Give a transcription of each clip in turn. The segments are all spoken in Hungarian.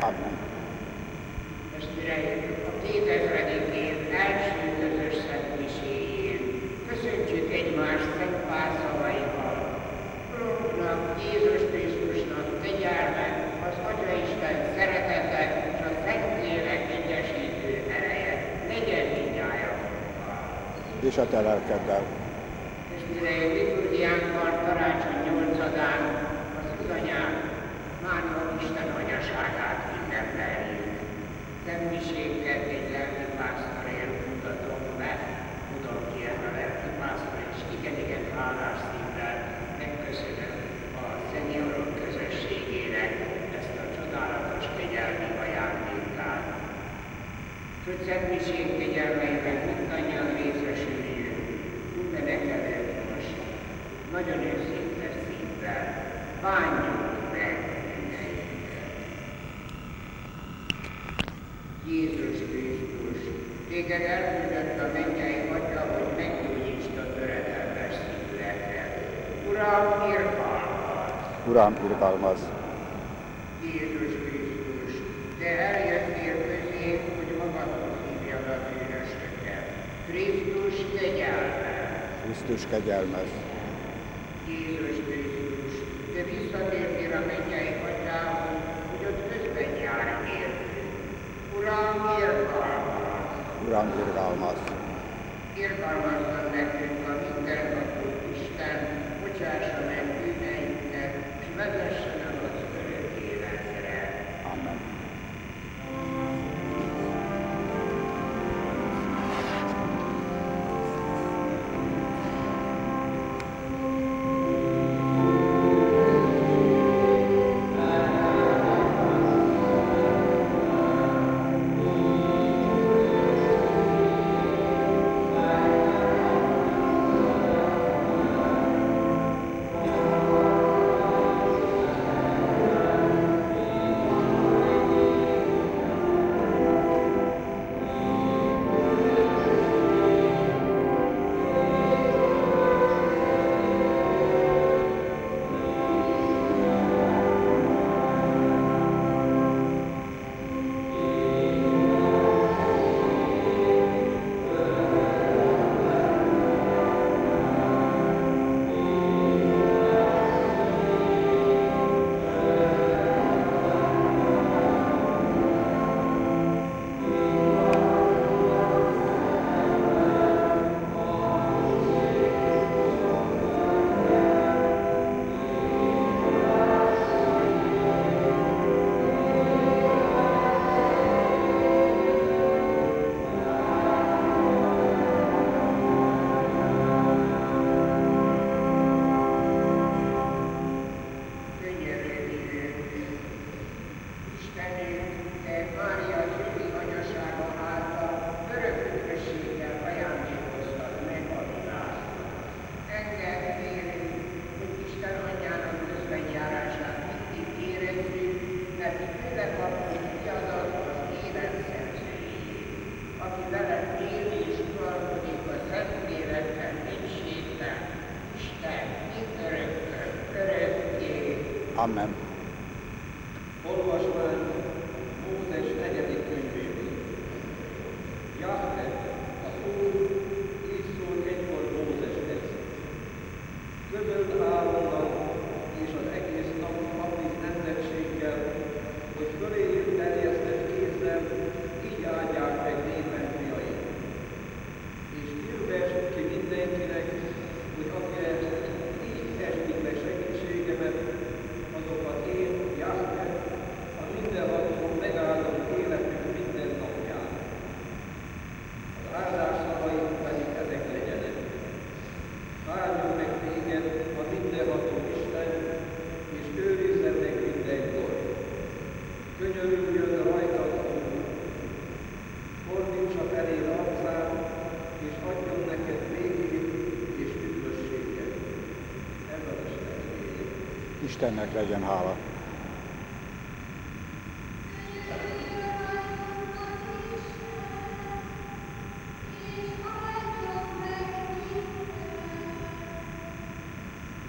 Amen. Testvéreim, a 2000. év első közös szentmiséjén köszöntsük egymást szent pár szavaival. Urunknak, Jézus Krisztusnak kegyelme, az Atyaisten szeretete és a Szentlélek egyesítő ereje legyen mindnyájakkal. És a te lelkeddel. Testvéreim, liturgiánkban karácsony 8-án az Igazanyát, Mária Isten anyaságát ünnepeljük. Szentmisénket egy lelkipásztorért mutatom be, tudom ki ez a lelkipásztor, és igen hálás szívvel megköszönöm a szeniorok közösségének ezt a csodálatos kegyelmi ajándékát. Hogy szentmisénk kegyelmeiben mindannyian részesüljünk, mindenek előtt most nagyon őszinte szívvel bánjuk meg bűneinket. Jézus Krisztus, téged elküldött a mennyei Atya, hogy meggyógyítsd a töredelmes szívűeket. Uram, irgalmaz! Uram, irgalmaz! Jézus Krisztus, te eljöttél közénk, hogy magadhoz hívjad a bűnösöket. Krisztus kegyelmez! Krisztus kegyelmez! Jézus Krisztus, te visszatértél a mennyei Atyához, hogy ott közben jár értünk. Uram, irgalmaz! Uram, irgalmaz! Irgalmazzon nekünk a mindenható Isten, bocsássa meg bűneinket, és vezessen el az örök életre. Amen. Amen. Olvasmány Mózes 4. könyvéből. Jahve, az Úr, így szólt egykor Mózeshez. Közöld Áronnal és az egész napi nemzetséggel, hogy föléjük terjesztett kézzel így áldják meg népem fiait. És hirdesd ki mindenkinek, hogy aki ezt így estik le segítségemet, azokat én, Jahve, a mindenható megáldom életük minden napján. Az áldás szavaim pedig ezek legyenek. Áldjon meg téged a mindenható Isten, és őrizzen meg mindenkor. Könyörüljön rajtad a Úr. Fordítsa feléd arcát, és adjon neked békét és üdvösséget. Ez az Isten igéje. Istennek legyen hála.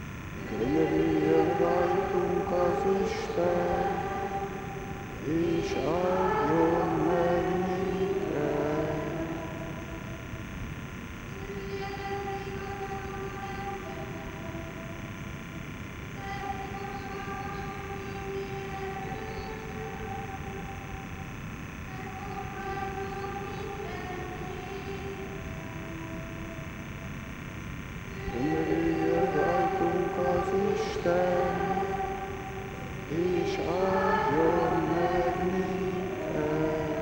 Könyörüljön rajtunk az Isten, és Adjon meg minket.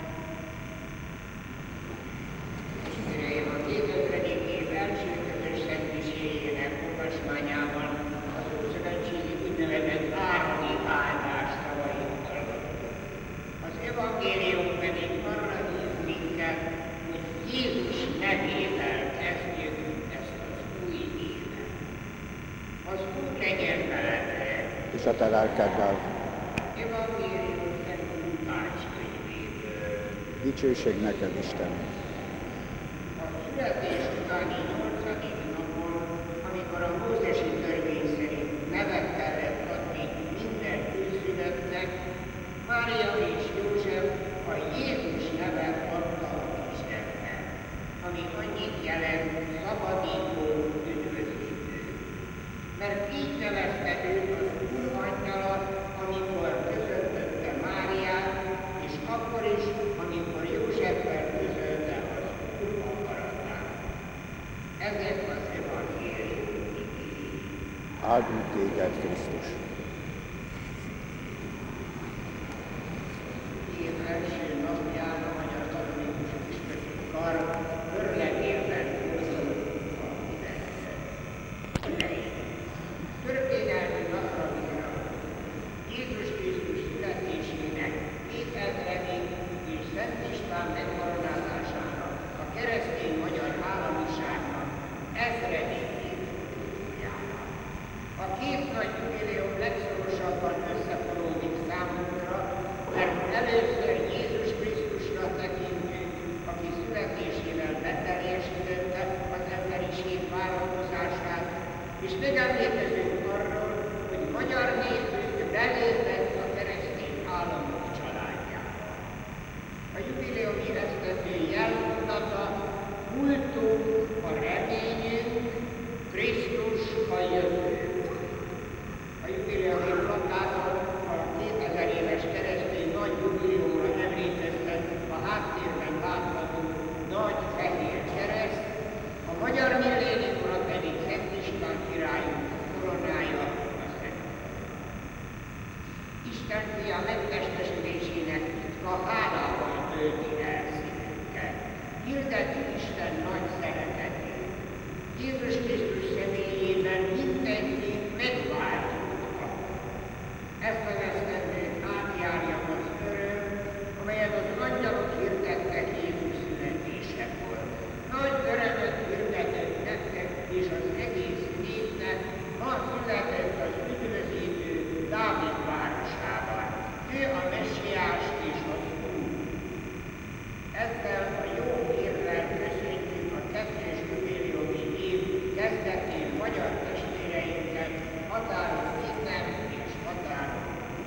Uraim, a 2000. év első közös szentmiséjének olvasmányában az Ószövetségi úgynevezett ároni áldás szavait hallottuk. Az evangélium pedig arra hív minket, hogy Jézus nevével kezdjük ezt az új évet. Az Úr legyen veletek. És a te lelkeddel. Evangélium Szent Lukács könyvéből. Dicsőség neked, Isten. A születés utáni 8. napon, amikor a mózesi törvény szerint nevet kellett adni minden újszülöttnek, Mária és József a Jézus nevet adta a kisgyermeknek, ami annyit jelent szabadító, üdvözítő. Mert így nevezte őt az Úr angyala, amikor közöltötte Máriát, és akkor is, amikor Józseffel közölte az Úr akaratát. Ezek az evangélium igéi. Áldunk téged, Krisztus. Év első napján a Magyar Katolikus Püspöki Kar körlevélben hozott a üzenetet. Történelmi napra bírom Jézus Krisztus születésének 2000. és Szent István megkoronázásának, a keresztény magyar államiságnak 1000. évfordulójának. A két nagy jubileum legszorosabban összefonódik számunkra, mert először Jézus Krisztusra tekintünk, aki születésével beteljesítette az emberiség várakozását, és megemlékezünk arról, hogy magyar népünk belépett a keresztény államok családjába. A jubileumi esztendő jelmondata múltunk a reményünk, Krisztus a jövőnk. A jubileumi plakáton a 2000 éves keresztény nagy jubileumra emlékeztet a háttérben látható nagy fehér kereszt, a magyar milléniumra pedig Szent István királyunk koronája a Szent. Isten fia megtestesülésének a hálával tölti el szívünket. Hirdetjük Isten nagy szeretetét. Jézus Krisztus személyében mindenki megváltozott kap. Ezt az esztendőt átjárja az öröm, amelyet az angyalok hirdettek Jézus születésekor. Nagy örömöt hirdetett nektek és az egész népnek, ma született az üdvözítő Dávid városában. Ő a Messiás és az Úr. Ezzel a jó hírrel köszöntjük a 2. jubileumi év kezdetén magyar testvéreinket határon innen és határon.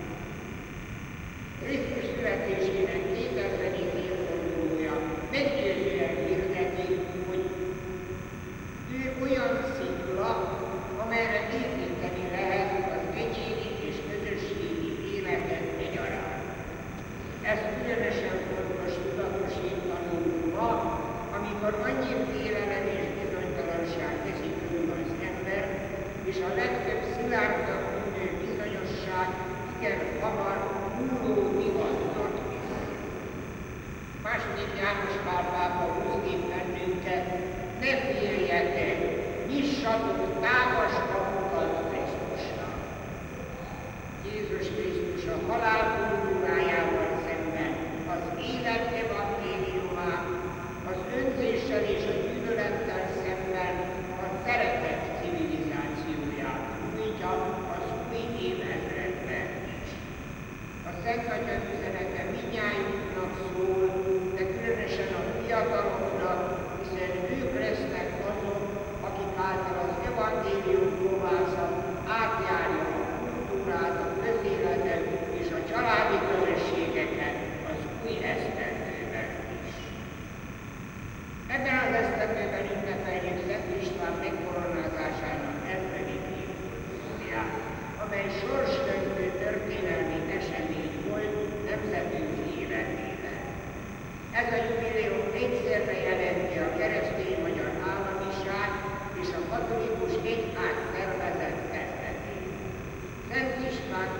Krisztus születésének 2000. évfordulója meggyőzően hirdeti, hogy ő olyan szikla, amelyre építeni lehet az egyéni és közösségi életet egyaránt. Ez különösen fontos tudatosítanunk ma, amikor annyi félelem és bizonytalanság veszi körül az ember, és a legtöbb szilárdnak tűnő bizonyosság igen hamar múló divatnak bizony. Második János Pál pápa buzdít bennünket, ne féljetek, nyissatok tágas kapukat Krisztusnak. Jézus Krisztus a halál kultúrájával szemben az élet evangéliumán, az önzéssel és a gyűlölettel szemben a szeretet civilizációját újtja az új évezredben is. A Szent Atya üzenete mindnyájunknak szól, de különösen a fiataloknak, hiszen ők lesznek azok, akik által az evangélium kovászat átjárja a kultúrát, a közéletet és a családi közösségeket az új esztendőben is. Ebben az esztendőben ünnepeljük Szent István megkoronázásának 10. évfordulóját, amely sorsdöntő történelmi esemény volt nemzetünk életében. Ez a jubileum egyszerre jelenti a keresztény magyar államiság és a katolikus egyház szervezet kezdetét. Szent István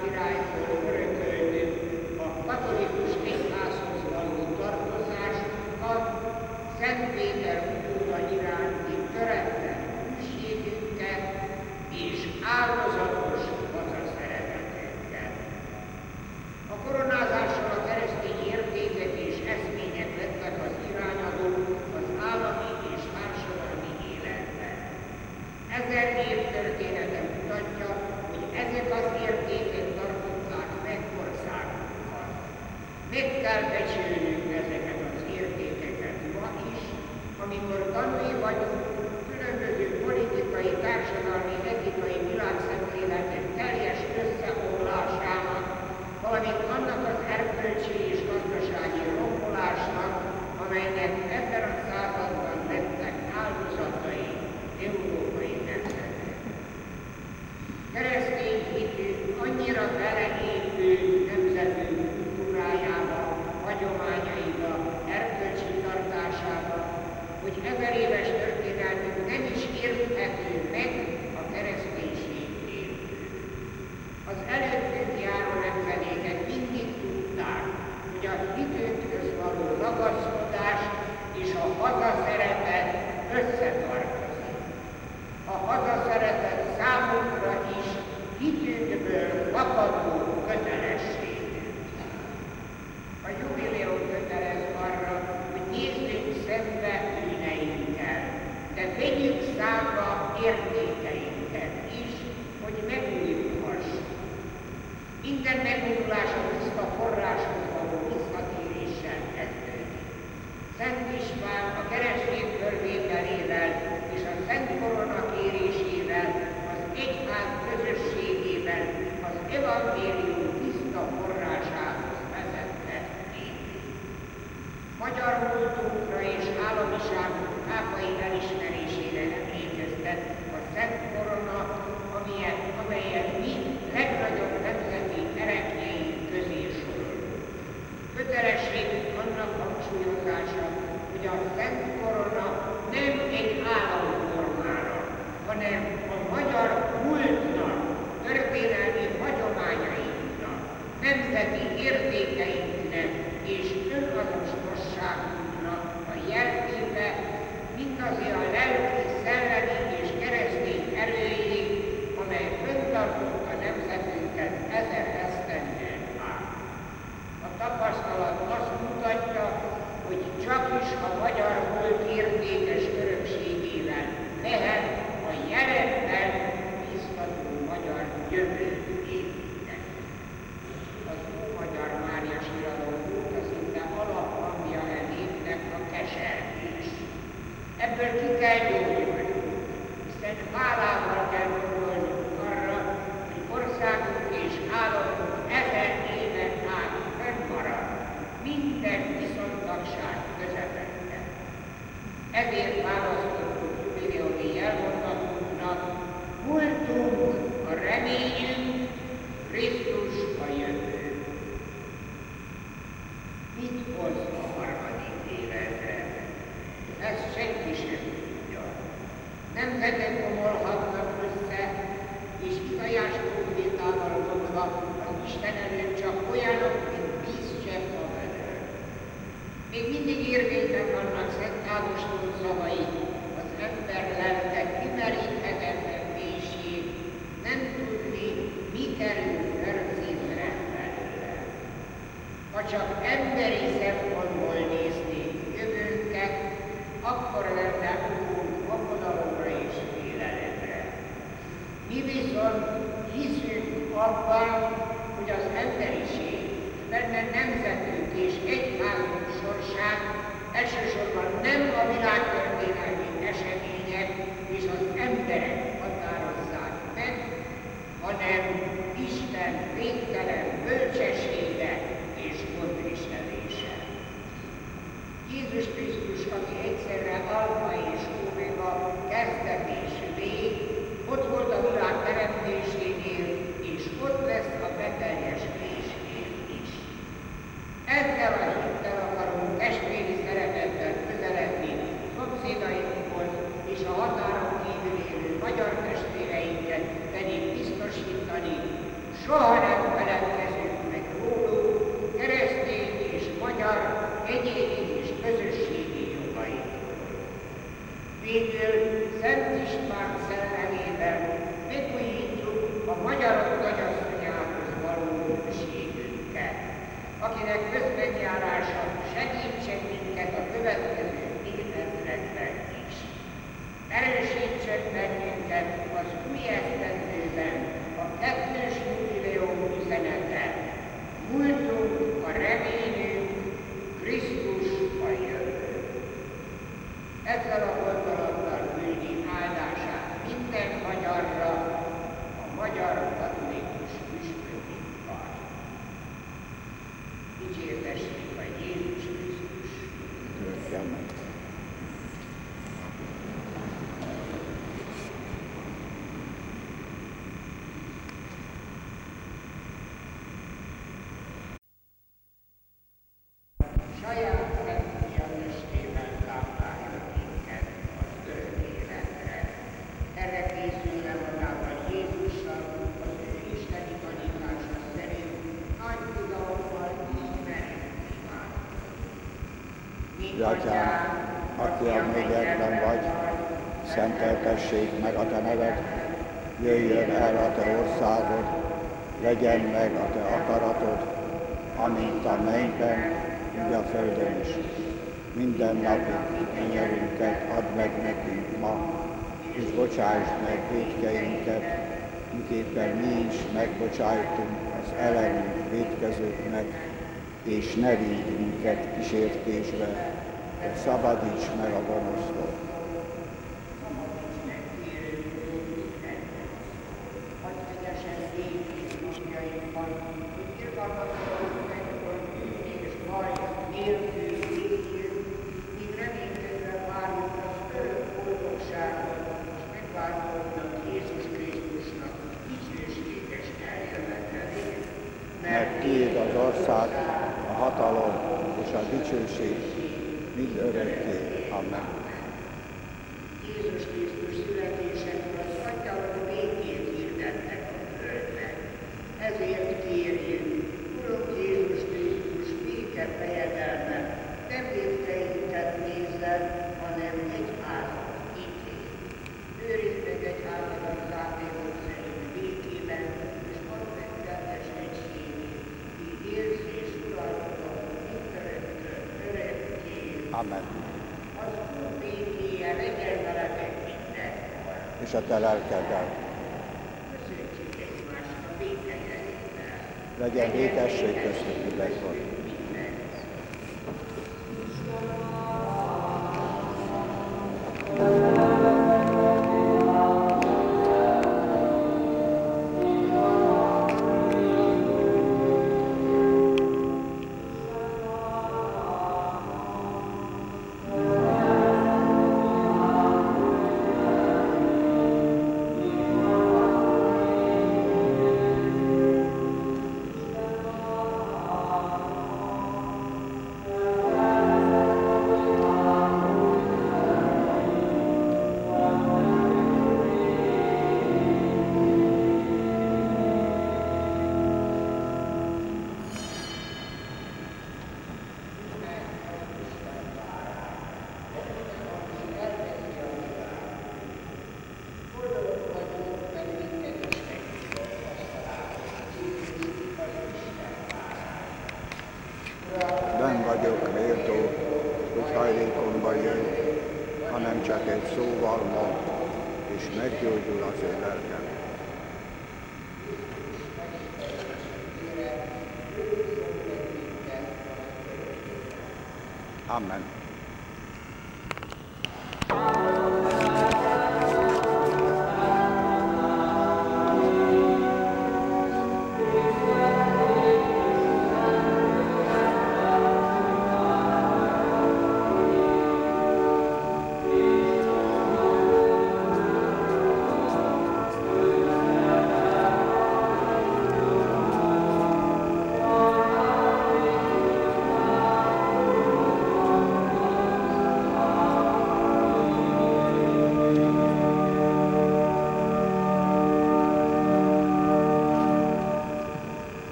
kell becsülnünk ezeket az értékeket ma is, amikor tanúi vagyunk különböző politikai, társadalmi, etikai világszemléletek teljes összeomlásának, valamint annak az erkölcsi és gazdasági rombolásnak, amelynek ebben a században lettek áldozatai európai nemzetek. Keresztény hitünk annyira beleépült nemzetünk kultúrájába, hagyományaiba, erkölcsi tartásába, hogy ezer éves történelmünk nem is érthető meg a kereszténység nélkül. Az előttünk járó nemzedékek mindig tudták, hogy a hitünkhöz való ragaszkodás és a hazaszeretet összetartozik. A hazaszeretet számunkra is hitünkből fakadó kötelességünk. A jubileum kötelez arra, hogy nézzünk szembe bűneinkkel, de vegyük számba értékeinket is, hogy megújulhassunk. Minden megújulás a tiszta forráshoz való visszatéréssel kezdődik. Szent István a keresztény fölvételével és a Szent Korona kérésével, az egyház közösségével az evangélium tiszta forrásához vezette minket. Magyar múltunkra és államiságunk pápai elismerésére emlékeztet a Szent Korona, amelyet mi legnagyobb nemzeti erekjeink közé sorolunk. Kötelességünk annak hangsúlyozása, hogy a Szent Korona nem egy államformára, hanem a magyar múltnak, történelmi hagyományainknak, nemzeti értékeinknek és önazonosságunknak a jelképe, mindazért a lelki, szellemi és keresztény erőig, amely fenntartott a nemzetünket 1000 esztendőn át. A tapasztalat azt mutatja, hogy csakis a magyar múlt értékes örökségével lehet a jelenben biztató magyar jövőt építeni. Az Ómagyar Mária sziradó óta szinte alaphangja e népnek a keservés. Ebből ki kell gyógyulni, hiszen hálával kell gondolnunk arra, hogy országunk és államunk 1000 éven át fennmarad minden viszontagság közepette. Ezért választottuk jubileumi jelmondatunknak: múltunk a reményünk, Krisztus a jövő. Mit hoz a harmadik évezred? Ezt senki sem tudja. Nemzetek omolhatnak össze, és Izaiás prófétával mondva az Isten előtt csak olyanok, mint vízcsepp a vödör. Még mindig érvényben vannak Szent Ágoston szavai, az ember lelke kimeríthetetlen mélység, nem tudni, mi kerül örökzésre belőle. Ha csak emberi szempontból néznék jövőnket, akkor lenne okunk aggodalomra és félelemre. Mi viszont hiszünk abban, hogy az emberiség, benne nemzetünk és egyházunk sorsát elsősorban nem a világtörténelmi események és az emberek határozzák meg, hanem Isten végtelen bölcsessége és gondviselése. Jézus Krisztus, aki egyszerre alfa és omega, kezdet és vég, ott volt a világ teremtésénél, és ott lesz a beteljesülésnél is. Ezzel a hittel akarunk testvéri szeretettel közeledni szomszédainkhoz, és a határon kívül élő magyar testvéreinket pedig biztosítani, soha nem feledkezünk meg róluk, keresztény és magyar, egyéni és közösségi jogainkról. Végül Szent István szellemében megújítjuk a magyarok nagyasszonyához való hűségünket, akinek közbenjárása segítsen minket a következő évezredben is. Erősítsen bennünket az új esztendőben a kettős jubileum üzenete. Múltunk a reményünk, Úrmester vagy Jézus Krisztus. Örökképpen. Saját szentfia testében tápláljon minket az örök életre. Erre készülve magával Jézussal, az ő isteni tanítása szerint nagy bizalommal ismerünk imádkozni. Atyám, aki a mélyekben vagy, szenteltessék meg a te neved, jöjjön el a te országod, legyen meg a te akaratod, amint a mennyben, úgy a földön is. Minden napi kenyerünket add meg nekünk ma, és bocsásd meg vétkeinket, miképpen mi is megbocsájtunk az ellenünk vétkezőknek, és ne vigy minket kísértésbe, de szabadíts meg a gonosztól. Mert tiéd az ország, a hatalom és a dicsőség mind örökké. Amen. Jézus Krisztus születésekor az Atya békét hirdettek a földnek. Ezért kérjük, Urunk Jézus Krisztus, béke fejedelme, nem vétkeinket nézzen, hanem egyházat ítél. Őrizd meg egyházadat szándékok szerint békében, és add meg rendes egységét, így élsz és uralkodom mindörökkön, örökké. Amen. Az Úr békéje legyen veletek mindenkor. És a te lelkeddel. Köszönjük egymást a békejelével. Legyen békesség köztük mindenkor. Nem vagyok méltó, hogy hajlékomba jön, hanem csak egy szóval mond, és meggyógyul az én lelkem. Amen.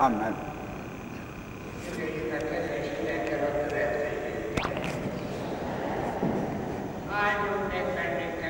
Amen. Jöjjünk a kedves Istenkel a következőt. Áldjon meg bennünket